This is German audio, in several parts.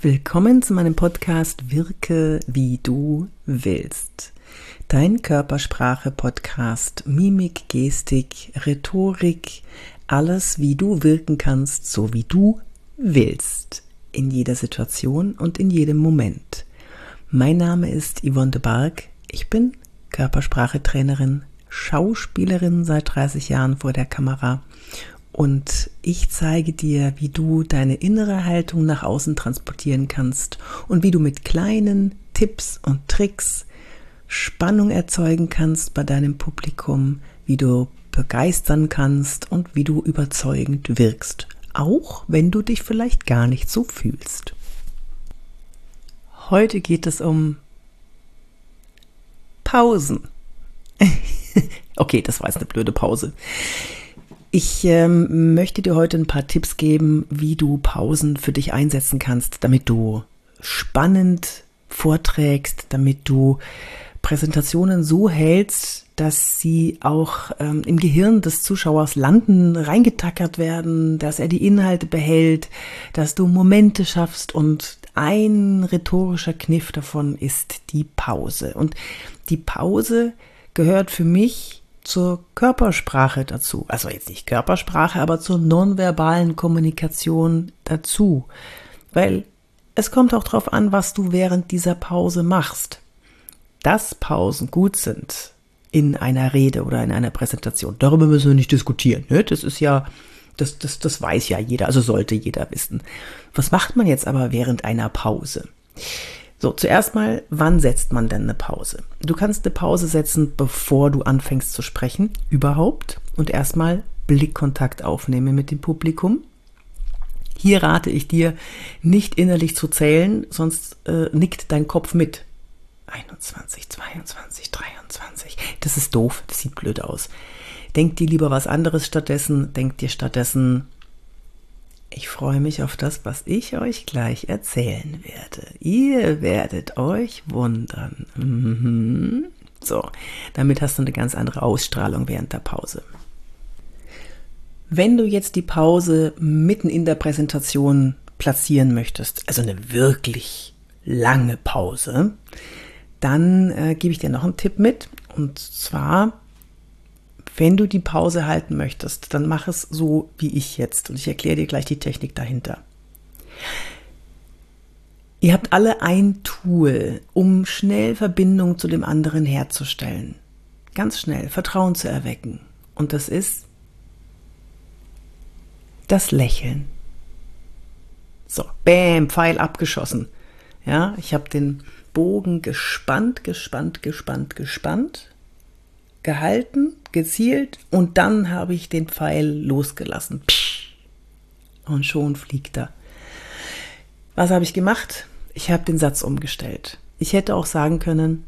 Willkommen zu meinem Podcast Wirke, wie du willst. Dein Körpersprache-Podcast, Mimik, Gestik, Rhetorik, alles, wie du wirken kannst, so wie du willst. In jeder Situation und in jedem Moment. Mein Name ist Yvonne de Barg. Ich bin Körpersprache-Trainerin, Schauspielerin seit 30 Jahren vor der Kamera. Und ich zeige dir, wie du deine innere Haltung nach außen transportieren kannst und wie du mit kleinen Tipps und Tricks Spannung erzeugen kannst bei deinem Publikum, wie du begeistern kannst und wie du überzeugend wirkst, auch wenn du dich vielleicht gar nicht so fühlst. Heute geht es um Pausen. Okay, das war jetzt eine blöde Pause. Ich möchte dir heute ein paar Tipps geben, wie du Pausen für dich einsetzen kannst, damit du spannend vorträgst, damit du Präsentationen so hältst, dass sie auch im Gehirn des Zuschauers landen, reingetackert werden, dass er die Inhalte behält, dass du Momente schaffst, und ein rhetorischer Kniff davon ist die Pause. Und die Pause gehört für mich zur Körpersprache dazu. Also jetzt nicht Körpersprache, aber zur nonverbalen Kommunikation dazu. Weil es kommt auch darauf an, was du während dieser Pause machst. Dass Pausen gut sind in einer Rede oder in einer Präsentation, darüber müssen wir nicht diskutieren. Ne? Das ist ja, das weiß ja jeder, also sollte jeder wissen. Was macht man jetzt aber während einer Pause? So, zuerst mal, wann setzt man denn eine Pause? Du kannst eine Pause setzen, bevor du anfängst zu sprechen, überhaupt, und erstmal Blickkontakt aufnehmen mit dem Publikum. Hier rate ich dir, nicht innerlich zu zählen, sonst nickt dein Kopf mit. 21, 22, 23. Das ist doof, das sieht blöd aus. Denk dir lieber was anderes stattdessen. Denk dir stattdessen: Ich freue mich auf das, was ich euch gleich erzählen werde. Ihr werdet euch wundern. So, damit hast du eine ganz andere Ausstrahlung während der Pause. Wenn du jetzt die Pause mitten in der Präsentation platzieren möchtest, also eine wirklich lange Pause, dann gebe ich dir noch einen Tipp mit. Und zwar: Wenn du die Pause halten möchtest, dann mach es so wie ich jetzt. Und ich erkläre dir gleich die Technik dahinter. Ihr habt alle ein Tool, um schnell Verbindung zu dem anderen herzustellen. Ganz schnell Vertrauen zu erwecken. Und das ist das Lächeln. So, bäm, Pfeil abgeschossen. Ja, ich habe den Bogen gespannt, gehalten, gezielt, und dann habe ich den Pfeil losgelassen. Und schon fliegt er. Was habe ich gemacht? Ich habe den Satz umgestellt. Ich hätte auch sagen können: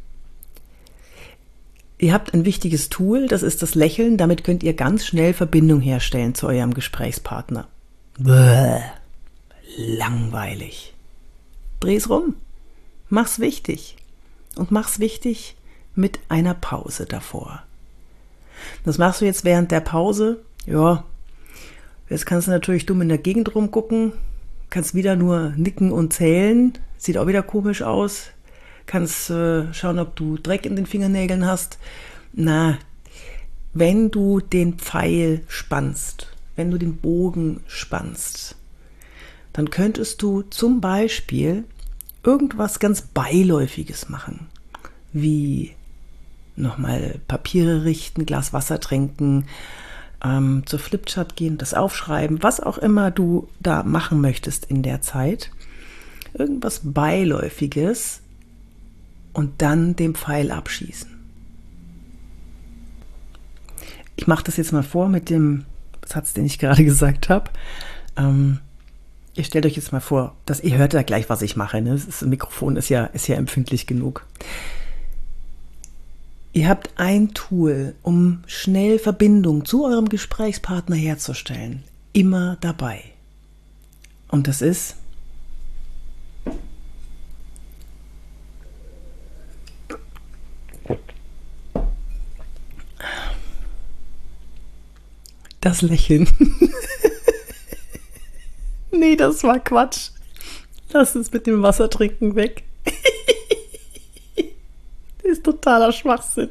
Ihr habt ein wichtiges Tool, das ist das Lächeln. Damit könnt ihr ganz schnell Verbindung herstellen zu eurem Gesprächspartner. Bäh, langweilig. Dreh's rum. Mach's wichtig. Und mach's wichtig mit einer Pause davor. Das machst du jetzt während der Pause. Ja, jetzt kannst du natürlich dumm in der Gegend rumgucken, kannst wieder nur nicken und zählen, sieht auch wieder komisch aus, kannst schauen, ob du Dreck in den Fingernägeln hast. Na, wenn du den Pfeil spannst, wenn du den Bogen spannst, dann könntest du zum Beispiel irgendwas ganz Beiläufiges machen, wie nochmal Papiere richten, Glas Wasser trinken, zur Flipchart gehen, das aufschreiben, was auch immer du da machen möchtest in der Zeit. Irgendwas Beiläufiges und dann den Pfeil abschießen. Ich mache das jetzt mal vor mit dem Satz, den ich gerade gesagt habe. Ihr stellt euch jetzt mal vor, dass ihr hört ja gleich, was ich mache. Ne? Das Mikrofon ist ja empfindlich genug. Ihr habt ein Tool, um schnell Verbindung zu eurem Gesprächspartner herzustellen. Immer dabei. Und das ist das Lächeln. Nee, das war Quatsch. Lass es mit dem Wassertrinken weg. Das ist totaler Schwachsinn.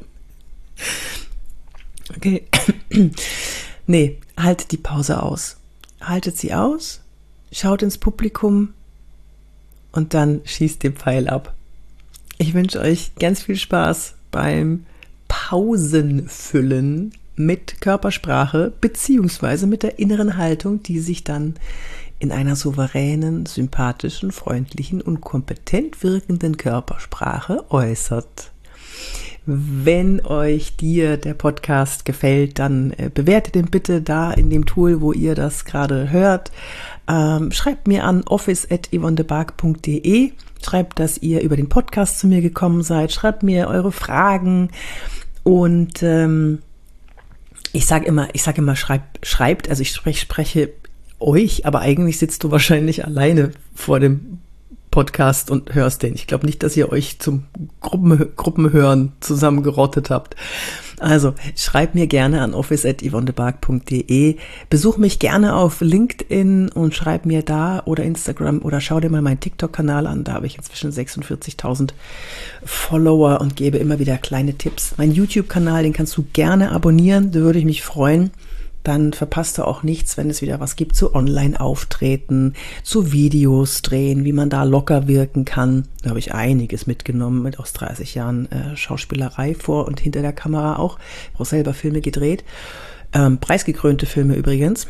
Okay. Nee, haltet die Pause aus. Haltet sie aus, schaut ins Publikum und dann schießt den Pfeil ab. Ich wünsche euch ganz viel Spaß beim Pausenfüllen mit Körpersprache beziehungsweise mit der inneren Haltung, die sich dann in einer souveränen, sympathischen, freundlichen und kompetent wirkenden Körpersprache äußert. Wenn euch der Podcast gefällt, dann bewertet ihn bitte da in dem Tool, wo ihr das gerade hört. Schreibt mir an office@yvonnedebarg.de. Schreibt, dass ihr über den Podcast zu mir gekommen seid. Schreibt mir eure Fragen. Und ich sage immer, schreibt. Also ich spreche euch, aber eigentlich sitzt du wahrscheinlich alleine vor dem Podcast und hörst den. Ich glaube nicht, dass ihr euch zum Gruppenhören zusammengerottet habt. Also schreib mir gerne an office@yvonnedebarg.de. Besuch mich gerne auf LinkedIn und schreib mir da oder Instagram oder schau dir mal meinen TikTok-Kanal an. Da habe ich inzwischen 46.000 Follower und gebe immer wieder kleine Tipps. Mein YouTube-Kanal, den kannst du gerne abonnieren. Da würde ich mich freuen. Dann verpasst du auch nichts, wenn es wieder was gibt zu Online-Auftreten, zu Videos drehen, wie man da locker wirken kann. Da habe ich einiges mitgenommen aus 30 Jahren Schauspielerei vor und hinter der Kamera auch. Ich habe auch selber Filme gedreht. Preisgekrönte Filme übrigens.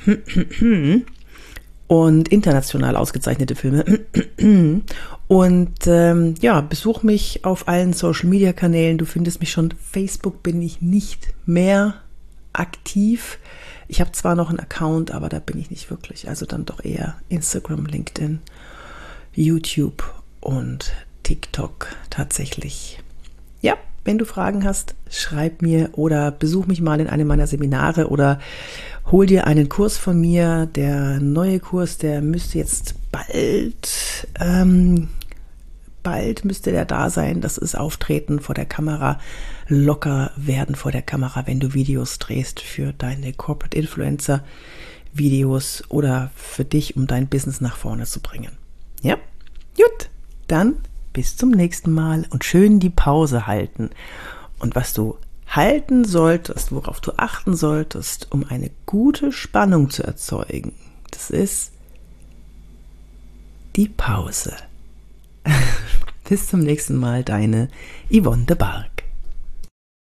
Und international ausgezeichnete Filme. Und besuch mich auf allen Social-Media-Kanälen. Du findest mich schon. Facebook bin ich nicht mehr aktiv. Ich habe zwar noch einen Account, aber da bin ich nicht wirklich. Also dann doch eher Instagram, LinkedIn, YouTube und TikTok tatsächlich. Ja, wenn du Fragen hast, schreib mir oder besuch mich mal in einem meiner Seminare oder hol dir einen Kurs von mir. Der neue Kurs, der müsste jetzt bald müsste der da sein. Das ist Auftreten vor der Kamera, locker werden vor der Kamera, wenn du Videos drehst für deine Corporate Influencer Videos oder für dich, um dein Business nach vorne zu bringen. Ja, gut, dann bis zum nächsten Mal und schön die Pause halten. Und was du halten solltest, worauf du achten solltest, um eine gute Spannung zu erzeugen, das ist die Pause. Bis zum nächsten Mal, deine Yvonne de Barg.